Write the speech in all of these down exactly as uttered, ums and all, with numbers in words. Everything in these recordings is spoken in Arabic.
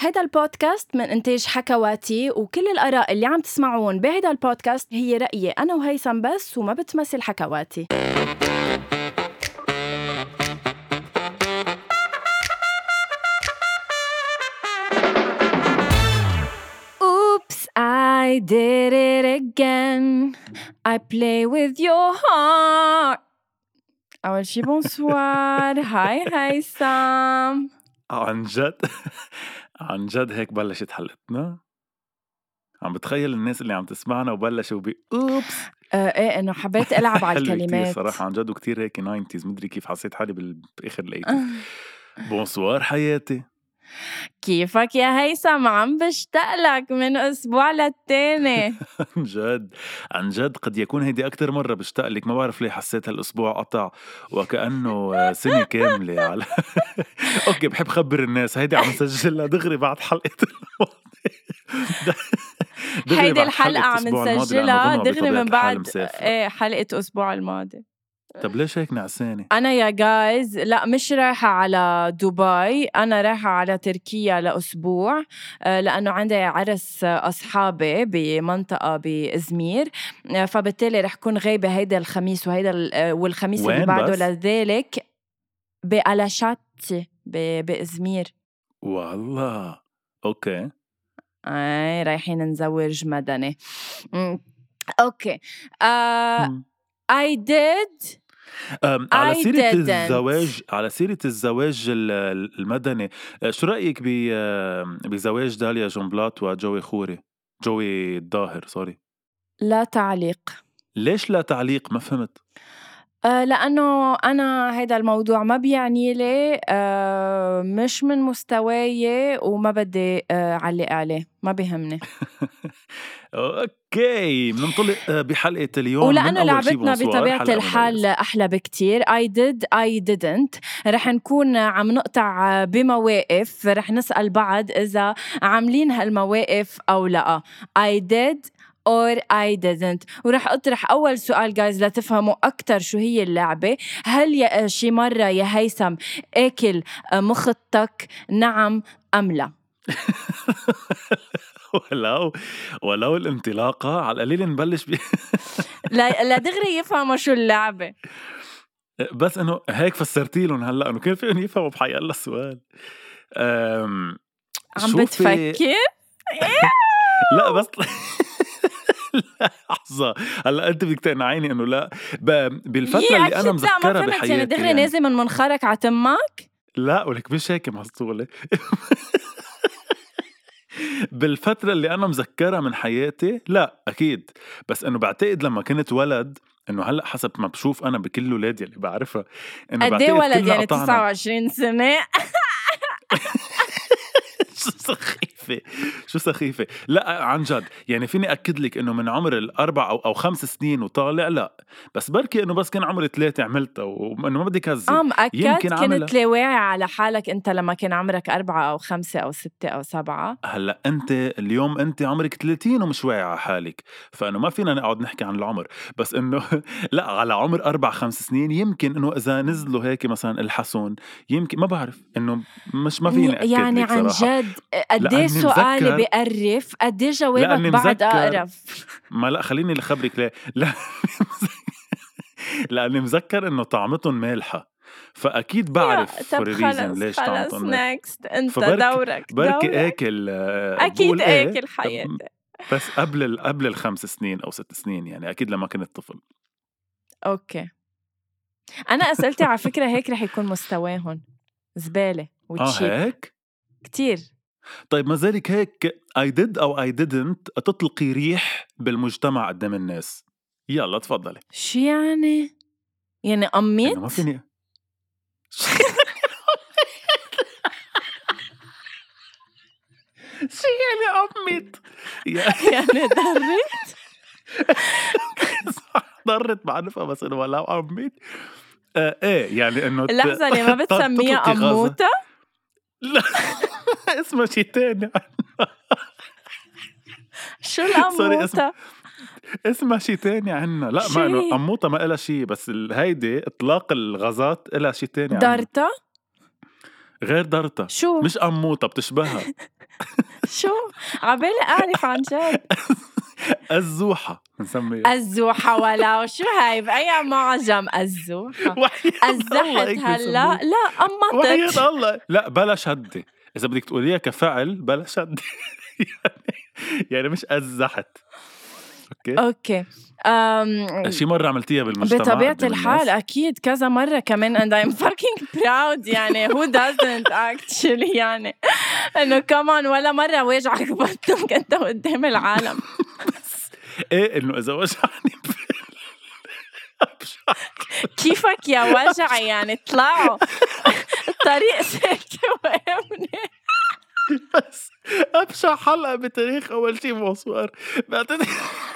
هيدا البودكاست من إنتاج حكواتي، وكل الآراء اللي عم تسمعون بهيدا البودكاست هي رأيي أنا وهيثم بس، وما بتمثل حكواتي. Oops, I did it again. I play with your heart. أول شي بونسوار. هاي هيثم. عن جد عن جد هيك بلشت حلقتنا. عم بتخيل الناس اللي عم تسمعنا وبلشوا ب اوبس. آه ايه انه حبيت العب على الكلمات صراحه عن جد وكتير هيك ناينتيز، مدري كيف حسيت حالي بالاخر الايتيز. بونسوار حياتي، كيفك يا هيثم؟ عم بشتاق لك من اسبوع للتاني. عن جد عن جد قد يكون هيدي اكتر مره بشتاق لك. ما بعرف ليه حسيت هالاسبوع قطع وكانه سنه كامله على اوكي بحب خبر الناس هيدي عم نسجلها دغري بعد حلقه هيدي الحلقه عم نسجلها دغري من بعد ايه حلقه اسبوع الماضي. طب ليش هيك نعسانة؟ أنا يا جايز لا مش رايحة على دبي، أنا رايحة على تركيا لأسبوع، لأنه عندي عرس أصحابي بمنطقة بإزمير، فبالتالي رح كون غايبة هيدا الخميس وهيدا والخميس اللي بعده لذلك بألاشاتي بإزمير. والله أوكي. أي رايحين نزوج مدني. أوكي uh, I did على سيرة الزواج على سيرة الزواج المدني، شو رأيك بزواج داليا جنبلاط وجوي خوري جوي الظاهر سوري؟ لا تعليق. ليش لا تعليق؟ ما فهمت. أه لأنه أنا هيدا الموضوع ما بيعني لي، أه مش من مستواي وما بدي أه علق عليه، ما بيهمني. اوكي بننطلق بحلقة اليوم. ولأنه لعبتنا بطبيعة الحال أحلى بكتير. I did I didn't رح نكون عم نقطع بمواقف، رح نسأل بعض إذا عاملين هالمواقف أو لا. I did or I didn't. ورح أطرح أول سؤال جايز لتفهموا أكتر شو هي اللعبة. هل يا شي مرة يا هيثم أكل مخطك نعم أم لا؟ ولو ولو الانطلاقة على القليل نبلش ب لا لا دغري يفهموا شو اللعبة، بس إنه هيك فسرتي لهم هلا إنه كيف فيهم يفهموا بحي الله السؤال. عم بتفكر؟ لا بس لحظة هلا أنت بدك تقنعيني إنه لا بالفترة اللي أنا مذكرها بحياتي. يعني دغري نازل من منخرك عتمك؟ لا ولك مش هيك مسطولة. بالفترة اللي أنا مذكرها من حياتي لا أكيد، بس إنه بعتقد لما كنت ولد إنه هلأ حسب ما بشوف أنا بكل ولادي اللي بعرفها إنه قد إيه ولد يعني تسعة وعشرين سنة. شو سخيفة شو سخيفة. لا عن جد يعني فيني أكد لك إنه من عمر الأربع أو أو خمس سنين وطالع لا، بس بركي إنه بس كان عمري ثلاثة عملتها وإنه ما بدي كذب. أم أكد كنت لواعي على حالك أنت لما كان عمرك أربعة أو خمسة أو ستة أو سبعة. هلا أنت اليوم أنت عمرك ثلاثين ومش واعي على حالك، فإنه ما فينا نقعد نحكي عن العمر، بس إنه لا على عمر أربع خمس سنين يمكن إنه إذا نزلوا هيك مثلا الحسون يمكن ما بعرف إنه مش ما فيني أكد يعني عن جد قديه سؤالي بقرف قديه جوابك بعد أقرف. ما لا خليني لخبرك ليه لا لأني مذكر إنه طعمتهم مالحة فأكيد بعرف طب خلص ليش خلص نيكست انت فبرك دورك بركي آكل أكيد آكل حياتي بس قبل قبل الخمس سنين أو ست سنين يعني أكيد لما كنت طفل. أوكي أنا أسألتي على فكرة هيك رح يكون مستواهن زبالة وتشيب. آه هيك كتير. طيب ما ذلك هيك I did أو I didn't تطلقي ريح بالمجتمع قدام الناس. يلا تفضلي. شو يعني؟ يعني أميت؟ ما فيني شو يعني أميت؟ يعني ضرت؟ ضرت بعرفها بس إنه ولا أميت. آه إيه يعني إنه لحظة اللي ما بتسميها أموتة؟ لا اسمها شي تاني. شو الأموتة؟ اسمها شي تاني عنا. لا ما إنه أموتة ما إلها شي، بس هيدي إطلاق الغازات إلها شي تاني. دارتا؟ غير درطة شو مش قموطة بتشبهها. شو عبالي أعرف عن جد. الزوحة بنسميها. الزوحة ولا شو هاي بأي معجم الزوحة؟ أزحت هلا لا قمطت. وحياة الله لا بلا شدة، إذا بدك تقوليها كفعل بلا شدة. يعني يعني مش أزحت. أوكي أوكي أم... شي مرة عملتيها بالمجتمع بطبيعة الحال أكيد كذا مرة كمان and I'm fucking proud يعني who doesn't actually يعني إنه كمان ولا مرة واجعك بطنك أنت قدام العالم. إيه إنه إذا وجعني كيفك يا وجع يعني طلعوا الطريق ساكت وامني. بس أبشع حلقة بتاريخ أول شي مصور. بعتذر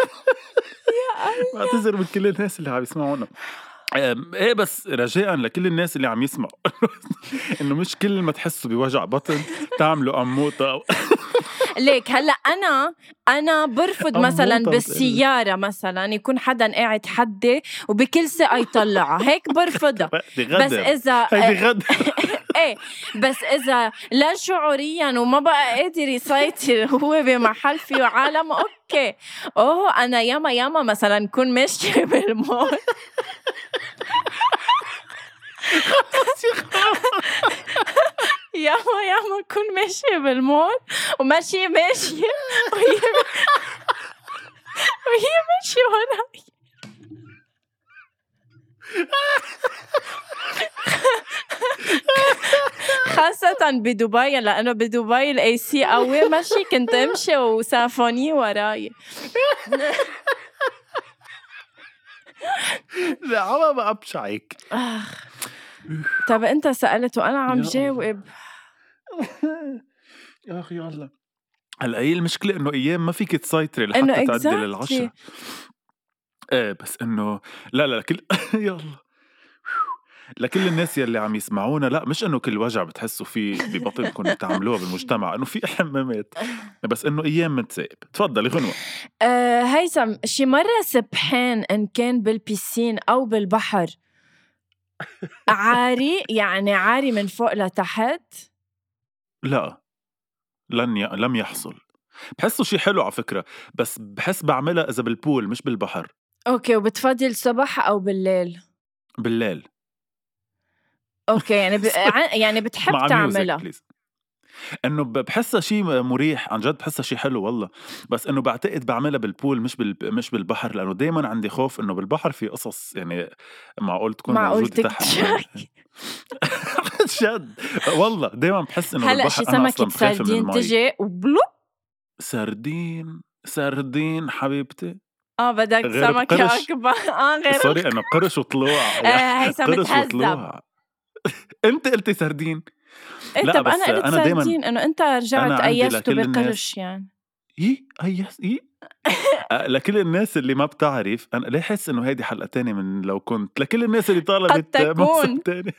بعتذر من كل الناس اللي عم يسمعونا. ايه بس رجاءً لكل الناس اللي عم يسمعوا انه مش كل ما تحسوا بوجع بطن تعملوا قموطة. ليك هلا انا انا برفض مثلا بالسياره مثلا يكون حدا قاعد حدي وبكل ثقه يطلعها هيك برفضها. بس اذا ايه بس اذا لا شعوريا وما بقى قادر يسيطر هو بمحل فيه عالم اوكي. اوه انا ياما ياما مثلا كون ماشيه بالمول ياما ياما كون ماشية بالمول وماشية ماشية وهي وهي ماشية وراي خاصة بدبي لأنه بدبي الاي سي قوي ماشي كنت امشي وسافوني وراي. لا عم ما أبشعك. طب أنت سألت وأنا عم جاوب. يا أخي الله هلا هي المشكلة إنه أيام ما فيك تسيطري لحتى تعدي للعشاء. إيه بس إنه لا لا كل يلا لكل الناس يلي عم يسمعونا لا مش إنه كل وجع بتحسوا فيه ببطنكم بتعملوها بالمجتمع إنه في حمامات بس إنه أيام متسائب. تفضلي غنوة. أه هيثم شي مرة سبحان إن كان بالبيسين أو بالبحر عاري يعني عاري من فوق لتحت؟ لا لن ي... لم يحصل. بحسه شي حلو على فكرة بس بحس بعملها إذا بالبول مش بالبحر. أوكي وبتفضل الصبح أو بالليل؟ بالليل. أوكي يعني ب... يعني بتحب تعملها؟ إنه بحسها شي مريح عن جد بحسها شي حلو والله بس إنه بعتقد بعملها بالبول مش بال مش بالبحر لأنه دايماً عندي خوف إنه بالبحر في قصص يعني معقول تكون موجودة تحت. جد والله دايماً بحس إنه هلأ شي سمكة سردين تجي وبلوب. سردين سردين حبيبتي. اه بدك سمكة أكبر. اه غير سوري أنا قرش وطلوع. هيثم متهذب. أنت قلتي سردين. إيه طب أنا قلت أنا سردين إنه أنت رجعت أيسته بقرش يعني. إيه أيس إيه. لكل الناس اللي ما بتعرف أنا ليه حس إنه هيدي حلقة تانية من لو كنت لكل الناس اللي طالبت موسم تاني.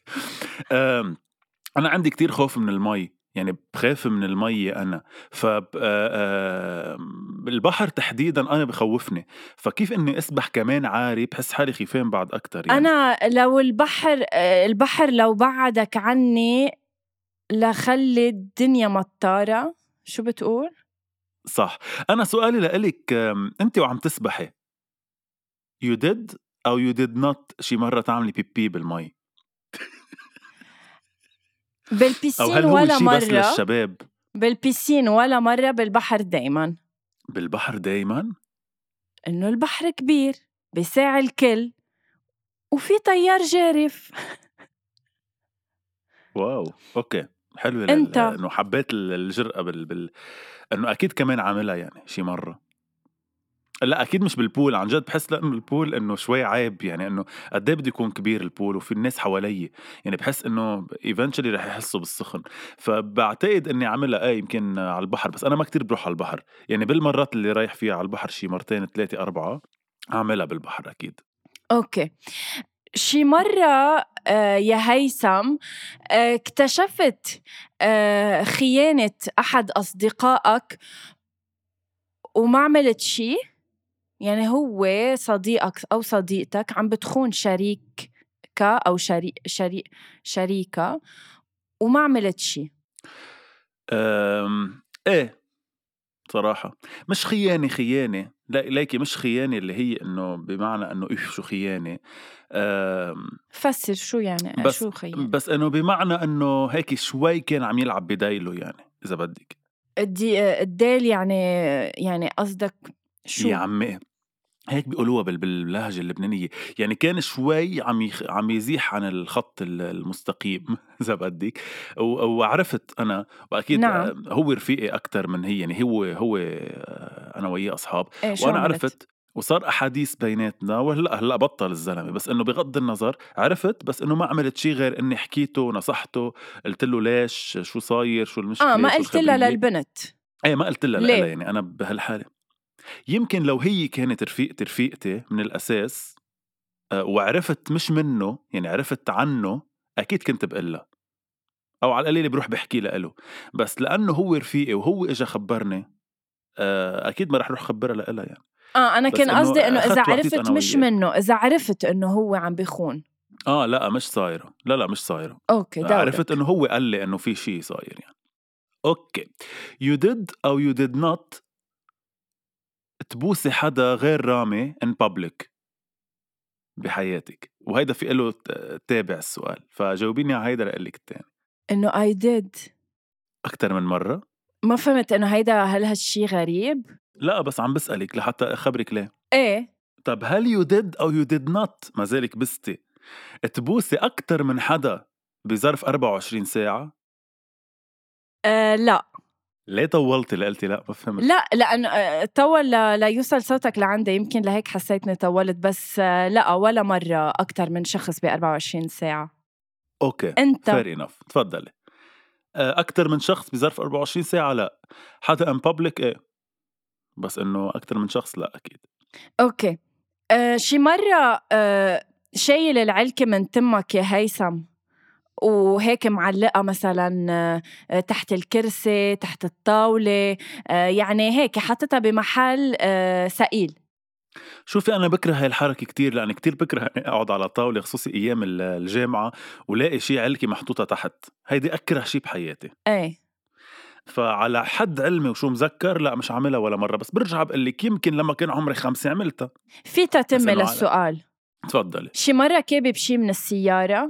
أنا عندي كتير خوف من المي يعني بخاف من المي أنا فالبحر تحديداً أنا بخوفني فكيف إني أسبح كمان عاري بحس حالي خيفان بعد أكتر يعني. أنا لو البحر البحر لو بعدك عني لخلي الدنيا مطارة. شو بتقول؟ صح. أنا سؤالي لإلك أنت وعم تسبحي you did أو you did not شي مرة تعملي بيبي بالمي؟ بالبيسين أو هل هو ولا شي مرة؟ بس للشباب؟ بالبيسين ولا مرة. بالبحر دايماً. بالبحر دايماً؟ إنه البحر كبير بيساع الكل وفي طيار جارف. واو أوكي حلو. أنت إنه حبيت الجرأة بال... بال... إنه أكيد كمان عاملها يعني شي مرة. لا أكيد مش بالبول عن جد بحس لأنه البول إنه شوي عيب يعني إنه قديه بده يكون كبير البول وفي الناس حوالي يعني بحس إنه eventually رح يحسوا بالسخن فبعتقد إني عملها آه يمكن على البحر بس أنا ما كتير بروح على البحر يعني بالمرات اللي رايح فيها على البحر شي مرتين ثلاثة أربعة عملها بالبحر أكيد. أوكي شي مرة آه يا هيثم آه اكتشفت آه خيانة أحد أصدقائك وما عملت شي يعني هو صديقك أو صديقتك عم بتخون شريك أو شريك شريك شريكة وما عملت شي. أم... ايه صراحة مش خيانة خيانة لا ليكي مش خيانة اللي هي انه بمعنى انه ايش شو خيانة. أم... فسر شو يعني بس شو خيانة. بس انه بمعنى انه هيك شوي كان عم يلعب بدايله يعني اذا بدك. الدي الديل يعني يعني قصدك شو؟ يا عمي هيك بيقولوها بال- باللهجة اللبنانية، يعني كان شوي عم يخ... عم يزيح عن الخط ال- المستقيم إذا بدك. و... وعرفت أنا وأكيد نعم. آه، هو رفيقي أكتر من هي، يعني هو هو آه، أنا وياه أصحاب. ايه شو وأنا عملت؟ عرفت وصار أحاديث بيناتنا، وهلا هلا بطل الزلمة، بس إنه بغض النظر عرفت، بس إنه ما عملت شي غير إني حكيته نصحته، قلت له ليش شو صاير شو اه المشكلة ما شو قلت لها الخبرية. للبنت؟ ايه ما قلت لها لها، ليه؟ يعني أنا بهالحالة يمكن لو هي كانت رفيقتي رفيقتي من الأساس آه، وعرفت مش منه، يعني عرفت عنه، أكيد كنت بقلها، أو على القليل بروح بحكي له. بس لأنه هو رفيقي وهو إجا خبرني، آه، أكيد ما رح روح خبرها لها يعني. اه انا بس كان إنه قصدي انه اذا أخذت وعطيت أنا عرفت مش وياه. منه، اذا عرفت انه هو عم بيخون. آه لا مش صايرة، لا لا مش صايرة. اوكي آه، عرفت دورك. إنه هو قال لي إنه في شيء صاير يعني. أوكي. you did أو you did not تبوسي حدا غير رامي in public بحياتك، وهيدا في له تابع السؤال، فجاوبيني على هيدا لقلك التاني. انه I did. أكتر من مرة؟ ما فهمت انه هيدا هل هالشي غريب؟ لا بس عم بسألك لحتى أخبرك ليه. ايه. طب هل you did أو you did not ما زالك بستي تبوسي أكتر من حدا بظرف أربعة وعشرين ساعة؟ آه لا. ليه طولتي لقلتي لا؟ ما فهمت. لا لأنه آه، طول ل- ليوصل صوتك لعندي، يمكن لهيك حسيتني طولت، بس آه، لا ولا مرة أكتر من شخص ب أربعة وعشرين ساعة. أوكي أنت؟ fair enough. تفضلي. أكتر من شخص بظرف أربعة وعشرين ساعة لا. حدا in public إيه، بس إنه أكتر من شخص لا أكيد. أوكي. آه شي مرة آه شايل العلكة من تمك يا هيثم وهيك معلقة مثلا آه، تحت الكرسي تحت الطاولة، آه، يعني هيك حطتها بمحل آه، ثقيل. شوفي أنا بكره هاي الحركة كتير، لأن كتير بكره إني أقعد على طاولة خصوصي أيام ال- الجامعة ولاقي شي علكي محطوطة تحت. هيدي أكره شي بحياتي. ايه فعلى حد علمي وشو مذكر لا مش عاملها ولا مرة، بس برجع بقلك يمكن لما كان عمري خمسة عملتها. في بس تتمة إنه على للسؤال. تفضلي. شي مرة كابب شي من السيارة؟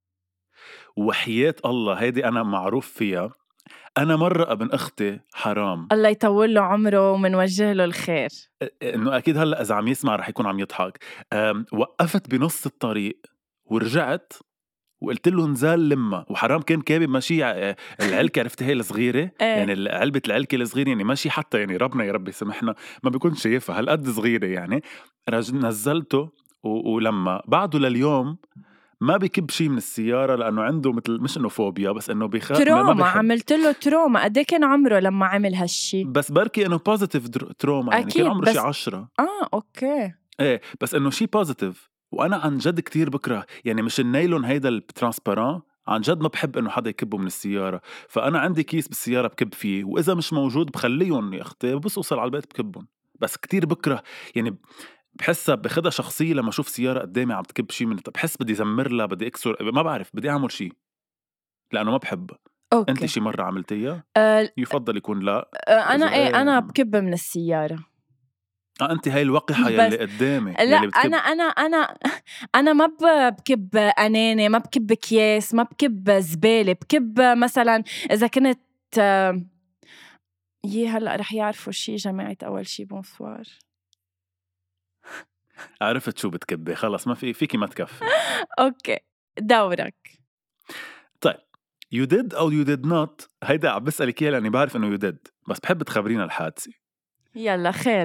وحياة الله هيدي أنا معروف فيها. أنا مرة ابن أختي حرام الله يطول له عمره ومنوجه له الخير. إنه أكيد هلأ إذا عم يسمع رح يكون عم يضحك. أم، وقفت بنص الطريق ورجعت وقلت له نزال لما، وحرام كان كابب ماشي ع- العلكة عرفتي هي الصغيرة يعني ايه علبة العلكة الصغيرة، يعني ماشي حتى يعني ربنا يا ربي سمحنا ما بيكون شايفها هالقد صغيرة يعني. رج نزلته و- ولما بعده لليوم ما بيكب شي من السيارة لأنه عنده مثل مش إنه فوبيا بس إنه بيخ ما ما تروما، بيحب. عملت له تروما. قد إيه كان عمره لما عمل هالشي؟ بس بركي إنه بوزيتيف تروما، يعني كان أكيد عمره شي بس عشرة. آه أوكي. ايه بس انه شي بوزيتيف. وانا عن جد كتير بكره يعني مش النايلون هيدا الترانسباران، عن جد ما بحب انه حدا يكبه من السياره. فانا عندي كيس بالسياره بكب فيه، واذا مش موجود بخليهم يا اختي بس اوصل على البيت بكبهم. بس كتير بكره يعني بحسها بخدها شخصيه لما اشوف سياره قدامي عم تكب شي من، بحس بدي زمر لها بدي اكسر ما بعرف بدي اعمل شي لانه ما بحبها. انت أوكي. شي مره عملتيها؟ أه يفضل يكون لا. آه، أنا اذا إيه ايه أنا بكب من السيارة. آه انت هاي الوقحه بس يلي قدامي لا يلي أنا بتكب. أنا أنا أنا ما ب- بكب أناني، ما بكب أكياس، ما بكب زبالة، بكب مثلا إذا كنت آه، يي هلأ رح يعرفوا شي جماعة أول شي بونسوار. عرفت شو بتكبي خلص ما في فيكي ما تكفي. أوكي دورك. طيب you did أو you did not هيدا عم بسألك إياه لأني بعرف إنه you did، بس بحب تخبرينا الحادثة. يلا خير.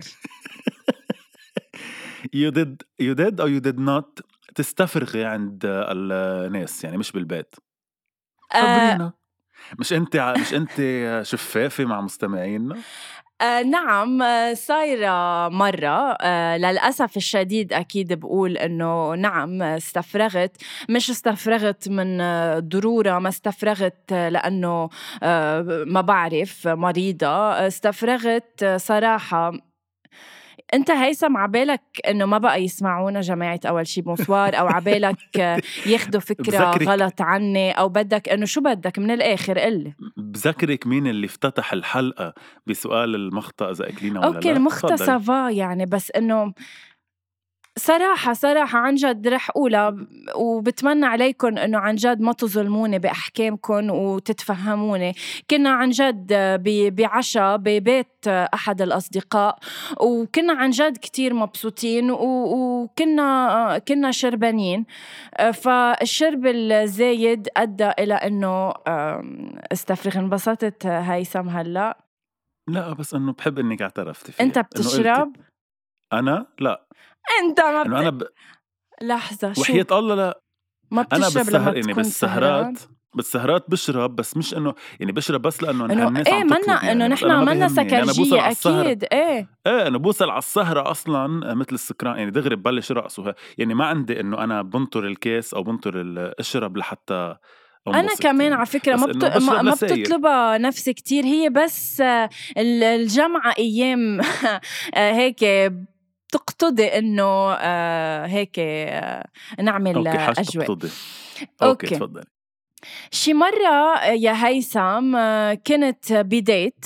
you did you did أو you did not تستفرغي عند الناس يعني مش بالبيت. آه خبرينا. مش أنت ع- مش أنت شفافة مع مستمعينا؟ آه نعم، آه، صايرة مرة آه للأسف الشديد أكيد بقول إنه نعم استفرغت. مش استفرغت من آه، ضرورة، ما استفرغت آه، لأنه آه ما بعرف مريضة، استفرغت آه، صراحة انت هيثم عبالك انه ما بقى يسمعونا جماعة اول شي بونسوار، او عبالك ياخدوا فكرة غلط عني، او بدك انه شو بدك من الاخر قلي؟ بذكرك مين اللي افتتح الحلقة بسؤال المخطأ اذا اكلينا ولا اوكي لا. المخطأ سافا يعني، بس انه صراحة صراحة عن جد رح أقولها، وبتمنى عليكم أنه عن جد ما تظلموني بأحكامكم وتتفهموني. كنا عن جد بعشاء ببيت أحد الأصدقاء، وكنا عن جد كتير مبسوطين، وكنا كنا شربانين، فالشرب الزايد أدى إلى أنه استفرغ. انبسطت هيثم هلأ؟ لا بس أنه بحب أنك اعترفتي فيها. أنت بتشرب؟ أنا لا. أنت ما بت... أنا ب... لحظة شو؟ وحياة الله لا. ما بتشرب لما تكون يعني بالسهرات بالسهرات بشرب، بس مش انه يعني بشرب بس لانه إنه الناس إيه عم تطلب منا يعني. انه نحن منا سكرجية اكيد. ايه ايه انا بوصل على السهرة اصلا مثل السكران يعني، دغري ببلش رقصه يعني. ما عندي انه انا بنطر الكاس او بنطر الاشرب لحتى أنا كمان يعني. على فكرة ما, بت... ما, ما بتطلبها نفسي كتير، هي بس الجمعة أيام هيك تقتضي إنه هيك نعمل أوكي أجواء. أوكي, أوكي تفضل. شي مرة يا هيثم كنت بديت،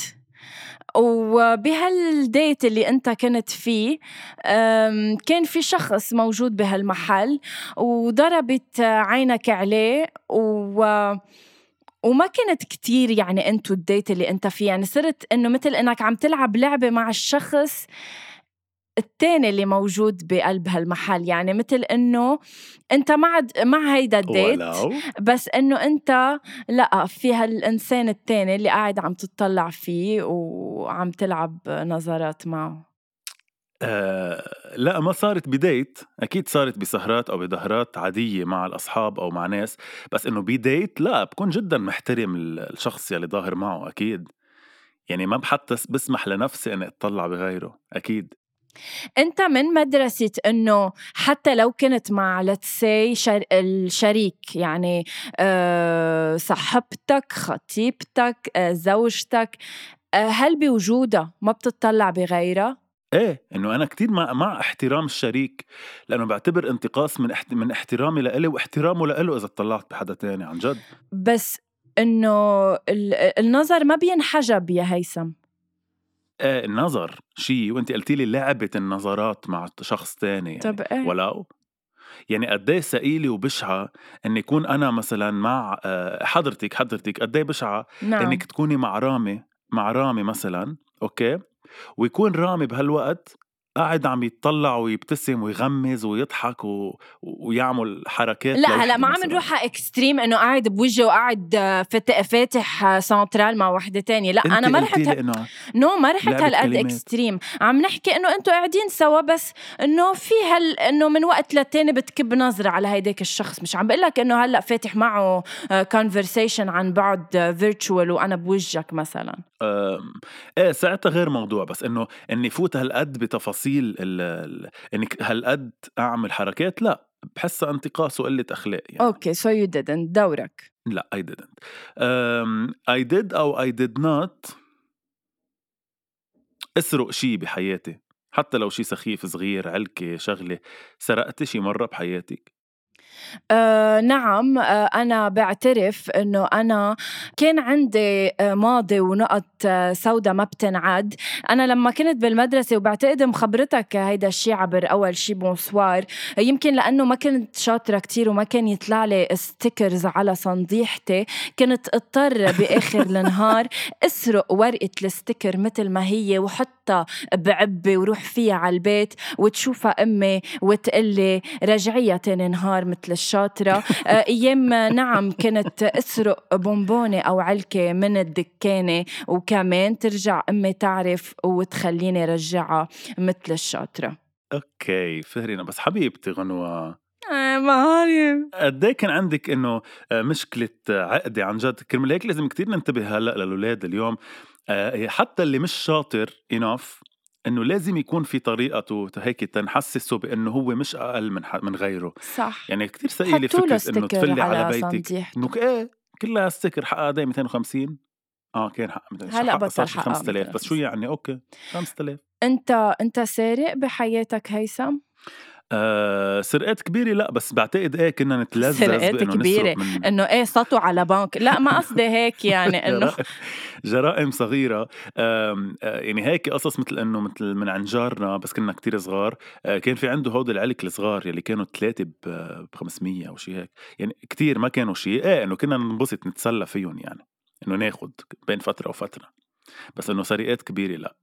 وبهالديت اللي أنت كنت فيه كان في شخص موجود بهالمحل، وضربت عينك عليه و وما كانت كتير يعني أنتو الديت اللي أنت فيه، يعني صرت إنه مثل إنك عم تلعب لعبة مع الشخص التاني اللي موجود بقلب هالمحل، يعني مثل إنه أنت مع مع هيدا الديت ولو. بس إنه أنت لأ في هالإنسان التاني اللي قاعد عم تطلع فيه وعم تلعب نظرات معه. آه لا ما صارت بديت، أكيد صارت بسهرات أو بدهرات عادية مع الأصحاب أو مع ناس، بس إنه بديت لا بكون جدا محترم الشخص يلي ظاهر معه أكيد، يعني ما بحتى بسمح لنفسي أن أتطلع بغيره أكيد. أنت من مدرسة إنه حتى لو كنت مع لتسي شر... الشريك يعني أه صاحبتك خطيبتك أه زوجتك أه هل بوجودها ما بتطلع بغيرها؟ ايه انه انا كتير مع, مع احترام الشريك، لانه بعتبر انتقاص من احت... من احترامي لإله واحترامه لإله اذا طلعت بحدا تاني عن جد. بس انه ال... النظر ما بينحجب يا هيثم. ايه النظر شيء، وانت قلتي لي لعبة النظرات مع شخص تاني يعني. طب ايه؟ ولو يعني قديه ثقيلة وبشعة ان يكون انا مثلا مع حضرتك حضرتك قديه بشعة. نعم. انك تكوني مع رامي مع رامي مثلا اوكي، ويكون رامي بهالوقت قاعد عم يتطلع ويبتسم ويغمز ويضحك و... ويعمل حركات. لا هلا ما عم نروحها اكستريم انه قاعد بوجهه وقاعد فاتح سنترال مع وحده تانية. لا انا ما رحت ه... نو ما رحت هالقد اكستريم. عم نحكي انه انتوا قاعدين سوا، بس انه في هال انه من وقت للتاني بتكب نظره على هيداك الشخص. مش عم بقول لك انه هلا فاتح معه كونفرسيشن عن بعد فيرتشوال وانا بوجهك مثلا. أه... ايه ساعتها غير موضوع، بس انه اني فوت هالقد بتفاصيل ال... ال... انك هالقد اعمل حركات لا بحسها انتقاص وقلة اخلاق يعني. اوكي so you didn't. دورك. لا I didn't. um, I did أو I did not اسرق شي بحياتي، حتى لو شي سخيف صغير علكة شغلة. سرقتي شي مرة بحياتك؟ آه نعم. آه أنا بعترف إنه أنا كان عندي آه ماضي ونقط آه سودة ما بتنعد. أنا لما كنت بالمدرسة، وبعتقد مخبرتك هيدا الشي عبر أول شي بونسوار، يمكن لأنه ما كنت شاطرة كتير وما كان يطلع لي ستيكرز على صنديحتي، كنت اضطر بآخر النهار اسرق ورقة الستيكر مثل ما هي وحطها بعبي وروح فيها على البيت، وتشوفها أمي وتقلي رجعيها تاني نهار مثل الشاطرة. أيام نعم كنت أسرق بونبونة أو علكة من الدكانة، وكمان ترجع أمي تعرف وتخليني رجعها مثل الشاطرة. أوكي فهرينا. بس حبيبتي غنوة آه ما عارف قديه كان عندك إنه مشكلة عقدة عن جد. كرمال هيك لازم كتير ننتبه هلأ للولاد اليوم، حتى اللي مش شاطر enough إنه لازم يكون في طريقته هيك تنحسسه بإنه هو مش أقل من من غيره. صح. يعني كتير ثقيلة فكرة إنه تفلي على, على بيتك إنه إيه كلها ستيكر حقها داي مئتين وخمسين اه كان حق هلا حق بطل صار شي حق خمسة آلاف بس شو يعني اوكي خمسة آلاف. انت انت سارق بحياتك هيثم؟ آه سرقات كبيرة لا، بس بعتقد ايه كنا نتلذذ سرقات بانه كبيرة نسرق من انه ايه سطوا على بنك؟ لا ما قصدي هيك يعني انه جرائم جرائم صغيرة. آم، آه، يعني هيك قصص مثل انه مثل من عن جارنا بس كنا كتير صغار. آه، كان في عنده هود العلك الصغار يلي كانوا ثلاثة ب خمسمية او شيء هيك، يعني كتير ما كانوا شيء، ايه انه كنا ننبسط نتسلى فيهم يعني، انه ناخد بين فترة وفترة، بس انه سرقات كبيرة لا.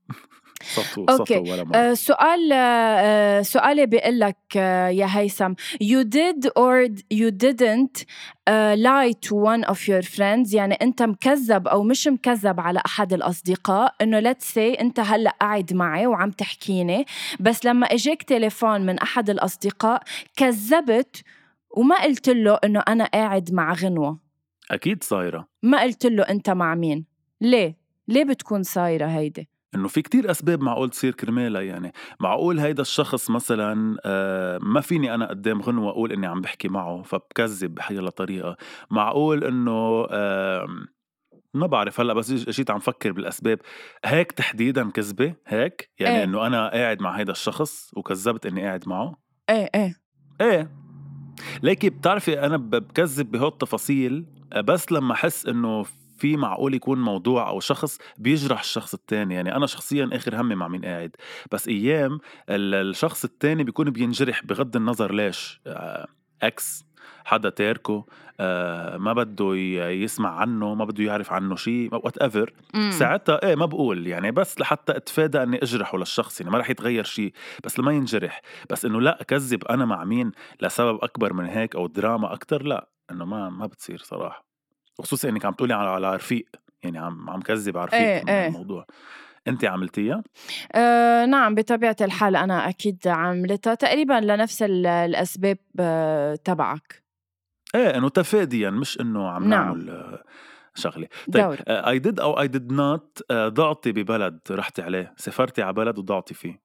سطو اوكي. سطو ولا مرة. آه سؤال آه سؤالي بيقول لك آه يا هيثم you did or you didn't uh, lie to one of your friends، يعني انت مكذب او مش مكذب على احد الاصدقاء، انه let's say انت هلا قاعد معي وعم تحكيني بس لما اجاك تليفون من احد الاصدقاء كذبت وما قلت له انه انا قاعد مع غنوة؟ اكيد صايرة. ما قلت له انت مع مين؟ ليه ليه بتكون صايرة هيدي؟ انه في كتير اسباب معقول تصير كرمالها، يعني معقول هيدا الشخص مثلا آه، ما فيني انا قدام غنوة اقول اني عم بحكي معه فبكذب بحيلا طريقة. معقول انه آه، ما بعرف هلا بس جيت عم فكر بالاسباب هيك تحديدا كذبة هيك يعني ايه انه انا قاعد مع هيدا الشخص وكذبت اني قاعد معه. ايه ايه ايه ليكي بتعرفي انا ب- بكذب بهول التفاصيل آه، بس لما احس انه في معقول يكون موضوع او شخص بيجرح الشخص التاني. يعني انا شخصيا اخر همي مع مين قاعد، بس ايام ال- الشخص التاني بيكون بينجرح بغض النظر ليش. آه، اكس حدا تاركه آه، ما بده ي- يسمع عنه، ما بده يعرف عنه شيء وات ايفر، امم ساعتها ايه ما بقول يعني، بس لحتى اتفادى اني اجرحه للشخص، يعني ما رح يتغير شيء بس لما ينجرح. بس انه لا اكذب انا مع مين لسبب اكبر من هيك او دراما اكتر، لا انه ما ما بتصير صراحه، خصوصا انك عم تقولي على على رفيق، يعني عم عم كذب على رفيق ايه كمان ايه الموضوع. انت عملتيها؟ آه نعم بطبيعة الحال أنا أكيد عملتها تقريبا لنفس ال- الأسباب آه تبعك. ايه انه تفاديا مش انه عم نعم نعمل آه، شغله. طيب دوري. اي ديد او اي ديد نوت ضعتي ببلد رحتي عليه، سافرتي على بلد وضعتي فيه؟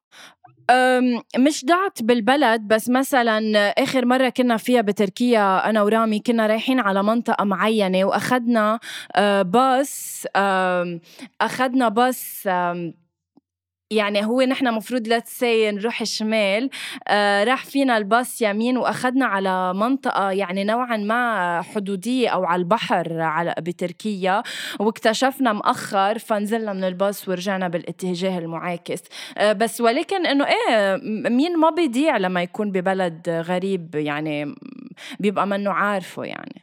أم، مش ضعت بالبلد، بس مثلا آخر مرة كنا فيها بتركيا أنا ورامي كنا رايحين على منطقة معينة وأخدنا آه باص آم، أخدنا باص آم، يعني هو نحن مفروض let's say نروح شمال، آه راح فينا الباص يمين وأخدنا على منطقة يعني نوعا ما حدودية أو على البحر على بتركيا، واكتشفنا مأخر فنزلنا من الباص ورجعنا بالاتجاه المعاكس. آه بس ولكن إنه إيه م- مين ما بيضيع لما يكون ببلد غريب، يعني بيبقى منه عارفه يعني.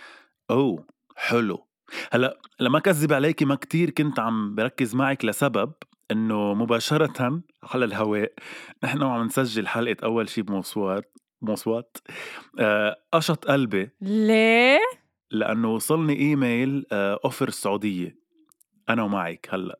اوه حلو. هلا لما كذب عليكي ما كتير كنت عم بركز معك لسبب انه مباشرة على الهواء نحن وعم نسجل حلقة اول شي بموسوات موسوات آه، قشط قلبي ليه؟ لانه وصلني ايميل آه، اوفر السعودية انا ومعك هلا.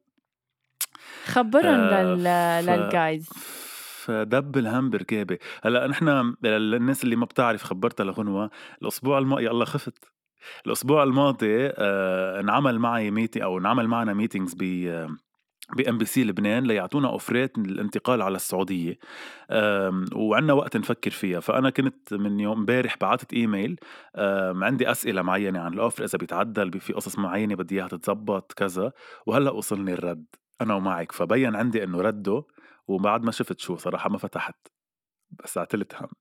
خبرن آه، لل ف للجايز. فدب الهم بركابي. هلا نحن للناس اللي ما بتعرف خبرتها لغنوة الاسبوع الماضي، الله خفت الاسبوع الماضي آه، انعمل معي ميتي او انعمل معنا ميتينجز ب بي ام بي سي لبنان ليعطونا اوفرات الانتقال على السعوديه. أم، وعنا وقت نفكر فيها، فانا كنت من يوم امبارح بعثت ايميل أم، عندي اسئله معينه عن الاوفر اذا بيتعدل في قصص معينه بدي اياها تتزبط كذا، وهلا وصلني الرد انا ومعك، فبين عندي انه رده وبعد ما شفت شو صراحه ما فتحت، بس عتلت هم.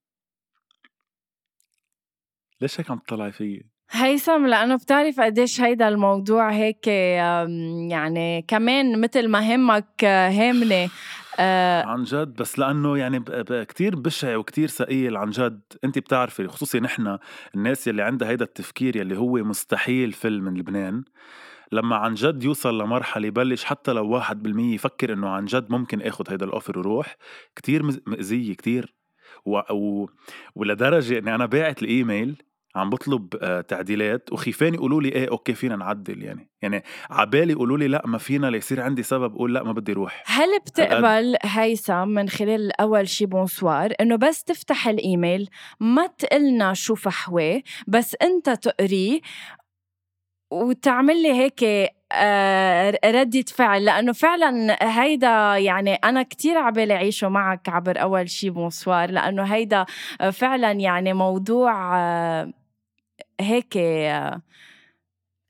ليش هيك عم تطلعي فيي؟ هيثم لأنه بتعرف قديش هيدا الموضوع هيك آم، يعني كمان مثل ما همك آه، هامني. آه، عن جد، بس لأنه يعني ب- ب- كتير بشع وكتير ثقيل عن جد. انت بتعرفي خصوصي نحن الناس يلي عندها هيدا التفكير يلي هو مستحيل فل من لبنان، لما عن جد يوصل لمرحلة يبلش حتى لو واحد بالمية يفكر انه عن جد ممكن اخد هيدا الاوفر وروح، كتير مز- مأذية كتير. و... و... ولدرجة اني انا باعت الايميل عم بطلب آه تعديلات وخيفان يقولوا لي ايه اوكي فينا نعدل، يعني يعني عبالي يقولوا لي لا ما فينا ليصير عندي سبب اقول لا ما بدي روح. هل هالقد بتقبل هيثم من خلال أول شي بونسوار إنه بس تفتح الإيميل ما تقلنا شو فحواه، بس أنت تقريه وتعمل لي هيك آه، ردة فعل، لأنه فعلا هيدا يعني أنا كتير عبالي عيشه معك عبر أول شي بونسوار، لأنه هيدا آه، فعلا يعني موضوع آه، هيك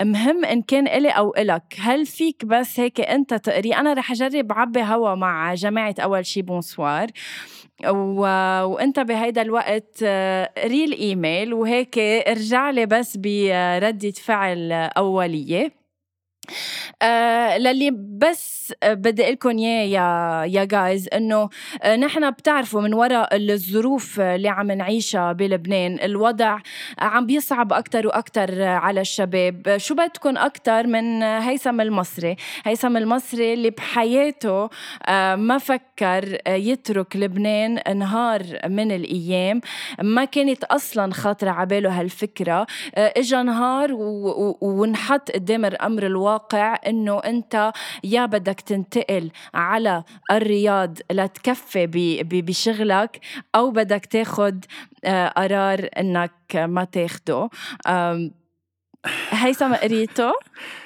مهم إن كان إلي أو إلك. هل فيك بس هيك أنت تقري؟ أنا رح أجرب عبي هوا مع جماعة أول شي بونسوار، و... وانت بهيدا الوقت قري الإيميل وهيك ارجع لي بس بردة فعل أولية. آه للي بس بدي لكم يا يا يا جايز انه نحن بتعرفوا من وراء الظروف اللي عم نعيشها بلبنان الوضع عم بيصعب اكتر واكتر على الشباب. شو بدكم اكتر من هيثم المصري؟ هيثم المصري اللي بحياته آه ما فكر يترك لبنان نهار من الايام، ما كانت اصلا خاطره عباله هالفكره. آه اجا نهار ونحط قدام الامر الواقع انه انت يا بدك تنتقل على الرياض لتكفي بشغلك او بدك تاخد قرار انك ما تاخده. هيثم قريته؟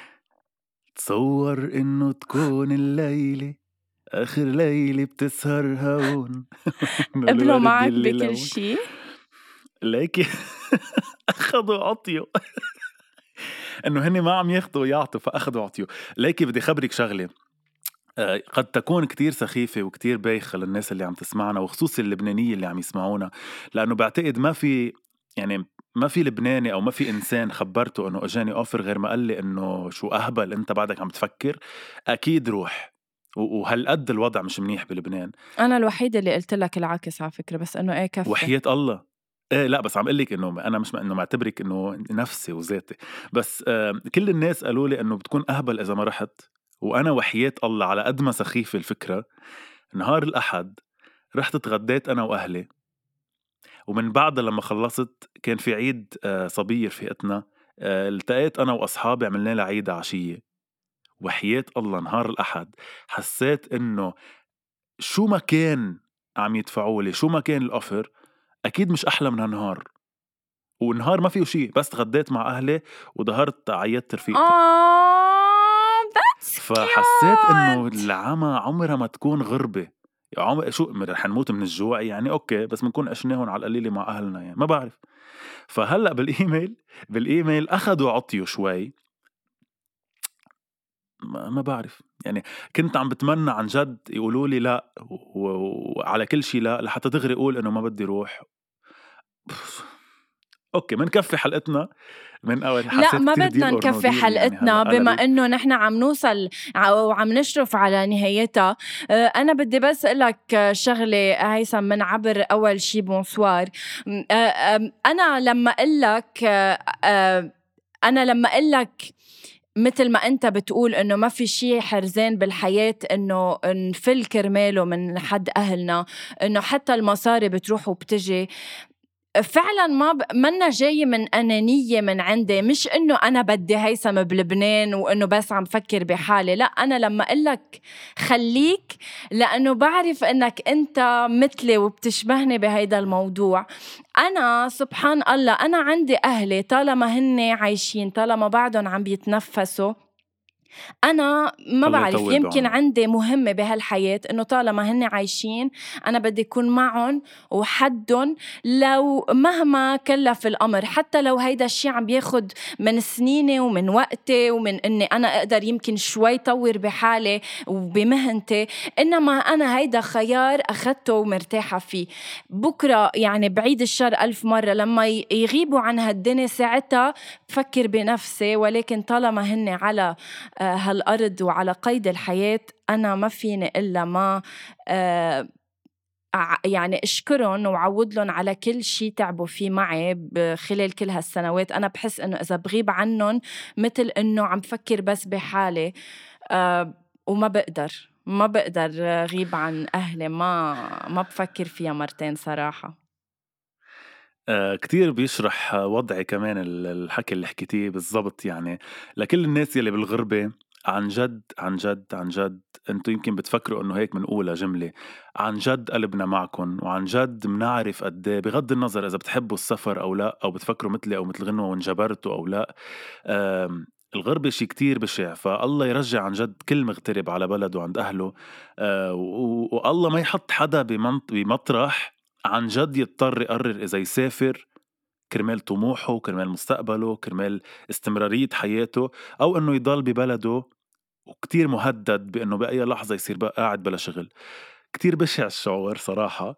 تصور انه تكون الليلة اخر ليلة بتسهر هون قبلوا معك بكل شيء ليكي اخذوا عطيو انه هني ما عم ياخدوا يعطوا فاخذوا عطيو. ليكي بدي خبرك شغله قد تكون كتير سخيفة وكتير بايخة للناس اللي عم تسمعنا وخصوصي اللبنانية اللي عم يسمعونا، لأنه بعتقد ما في يعني ما في لبناني أو ما في إنسان خبرته أنه أجاني أوفر غير ما قال لي أنه شو أهبل أنت بعدك عم تفكر، أكيد روح. وهالقد الوضع مش منيح بلبنان. أنا الوحيدة اللي قلت لك العكس على فكرة، بس أنه إيه كفي وحياة الله إيه لا بس عم قلك إنه أنا مش إنه معتبرك إنه نفسي وذاتي، بس آه كل الناس قالوا لي إنه بتكون أهبل إذا ما رحت. وأنا وحياة الله على قد ما سخيفة الفكرة، نهار الأحد رحت اتغديت أنا وأهلي، ومن بعد لما خلصت كان في عيد آه صبية رفيقتنا، آه التقيت أنا وأصحابي عملنا لها عيد عشية. وحياة الله نهار الأحد حسيت إنه شو ما كان عم يدفعولي شو ما كان الأوفر أكيد مش أحلى من هالنهار. ونهار ما فيه شيء بس تغديت مع أهلي وظهرت عيدت رفيقتي. فحسيت إنه العمى عمرها ما تكون غربة. عمر شو رح نموت من الجوع يعني أوكي، بس بنكون عشناهن على القليلة مع أهلنا يعني ما بعرف. فهلأ بالإيميل بالإيميل أخذوا عطيو شوي ما, ما بعرف يعني. كنت عم بتمنى عن جد يقولوا لي لا وعلى كل شيء لا لحتى دغري أقول إنه ما بدي روح. اوكي منكفي حلقتنا من اول. لا ما بدنا نكفي حلقتنا يعني بما انه نحن عم نوصل وعم نشرف على نهايتها. انا بدي بس اقلك شغله هيثم من عبر اول شي بونسوار. انا لما اقلك انا لما اقلك مثل ما أنت بتقول إنه ما في شيء حرزان بالحياة إنه نفل كرماله من حد أهلنا، إنه حتى المصاري بتروح وبتجي. فعلا ما ب... منا جاي من أنانية من عندي، مش إنه أنا بدي هيثم بلبنان وإنه بس عم فكر بحالي. لا أنا لما قلك خليك لأنه بعرف إنك أنت مثلي وبتشبهني بهيدا الموضوع. أنا سبحان الله أنا عندي أهلي طالما هن عايشين طالما بعدهم عم بيتنفسوا أنا ما بعرف يمكن عنه. عندي مهمة بهالحياة إنه طالما هن عايشين أنا بدي أكون معهم وحدهم لو مهما كلف الأمر، حتى لو هيدا الشيء عم بياخد من سنيني ومن وقتي ومن إني أنا أقدر يمكن شوي طور بحالي وبمهنتي، إنما أنا هيدا خيار أخدته ومرتاحة فيه. بكرة يعني بعيد الشر ألف مرة لما يغيبوا عن هالدنيا ساعتها بفكر بنفسي، ولكن طالما هن على هالأرض وعلى قيد الحياة أنا ما فيني إلا ما آه يعني أشكرهم وعود لهم على كل شيء تعبوا فيه معي خلال كل هالسنوات. أنا بحس إنه إذا بغيب عنهم مثل إنه عم فكر بس بحالي آه وما بقدر ما بقدر غيب عن أهلي، ما ما بفكر فيها مرتين صراحة. آه كتير بيشرح وضعي كمان الحكي اللي حكيتيه بالضبط. يعني لكل الناس يلي بالغربة عن جد عن جد عن جد انتو يمكن بتفكروا انه هيك من اولى جملة، عن جد قلبنا معكم وعن جد منعرف قديه بغض النظر اذا بتحبوا السفر او لا او بتفكروا مثلي او مثل غنوة وانجبرتوا او لا. آه الغربة شي كتير بشع، فالله يرجع عن جد كل مغترب على بلده وعند أهله. آه والله ما يحط حدا بمطرح عن جد يضطر يقرر إذا يسافر كرمال طموحه، كرمال مستقبله، كرمال استمرارية حياته، أو إنه يضل ببلده وكتير مهدد بإنه بأي لحظة يصير بقى قاعد بلا شغل. كتير بشع الشعور صراحة.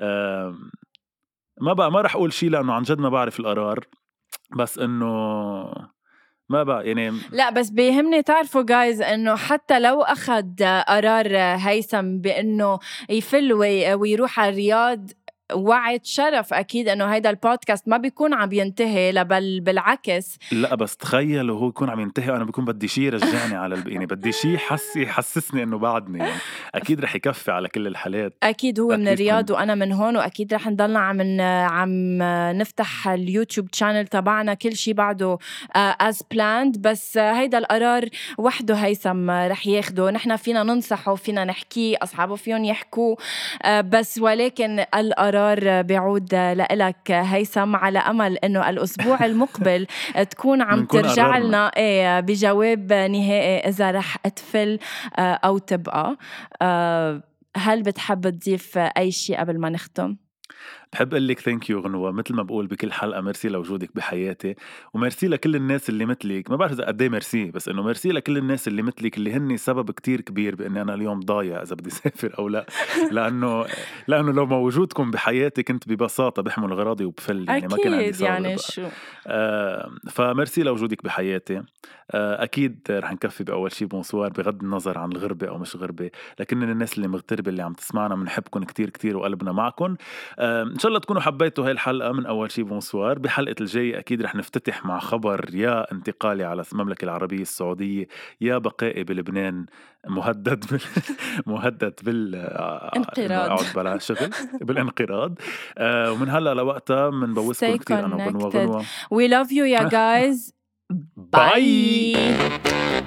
ما بقى ما رح أقول شي لأنه عن جد ما بعرف القرار، بس إنه ما بقى يعني. لا بس بيهمني تعرفوا جايز انه حتى لو اخذ قرار هيثم بانه يفل ويروح على الرياض، وعد شرف اكيد انه هيدا البودكاست ما بيكون عم ينتهي، لا بل بالعكس. لا بس تخيل وهو يكون عم ينتهي وانا بكون بدي شيء يرجعني على الب... يعني بدي شيء حس يحسسني انه بعدني يعني. اكيد رح يكفي على كل الحالات. اكيد هو أكيد من الرياض من... وانا من هون، واكيد رح نضلنا عم عم نفتح اليوتيوب شانل تبعنا كل شيء بعده از uh, بلاند. بس uh, هيدا القرار وحده هيثم رح ياخده، نحن فينا ننصحه، فينا نحكيه، اصحابه فيهم يحكوه، uh, بس ولكن القرار بيعود لإلك هيثم، على أمل أنه الأسبوع المقبل تكون عم ترجع لنا إيه بجواب نهائي إذا رح أتفل أو تبقى. هل بتحب تضيف أي شيء قبل ما نختم؟ بحب أقول لك ثانك يو غنوة، مثل ما بقول بكل حلقة ميرسي لوجودك بحياتي، وميرسي لكل الناس اللي مثلك. ما بعرف إذا قد ايه ميرسي، بس إنه ميرسي لكل الناس اللي مثلك اللي هني سبب كتير كبير بإني أنا اليوم ضايع إذا بدي سافر أو لا. لأنه لأنه لو ما وجودكم بحياتي كنت ببساطة بحمل غراضي وبفل يعني. ما كان عندي يعني شو آه فميرسي لوجودك بحياتي. آه أكيد رح نكفي بأول شي بونسوار، بغض النظر عن الغربة أو مش غربة، لكن الناس اللي مغتربة اللي عم تسمعنا بنحبكم كتير كتير وقلبنا معكم. آه إن شاء الله تكونوا حبيتوا هاي الحلقة من أول شي بونسوار. بحلقة الجاي أكيد رح نفتتح مع خبر يا انتقالي على المملكة العربية السعودية يا بقائي بلبنان مهدد بال... مهدد بالانقراض بلا شغل بالانقراض. آه ومن هلا لوقتها منبوسكم كتير أنا وبنوا غنوة. We love you يا guys. Bye.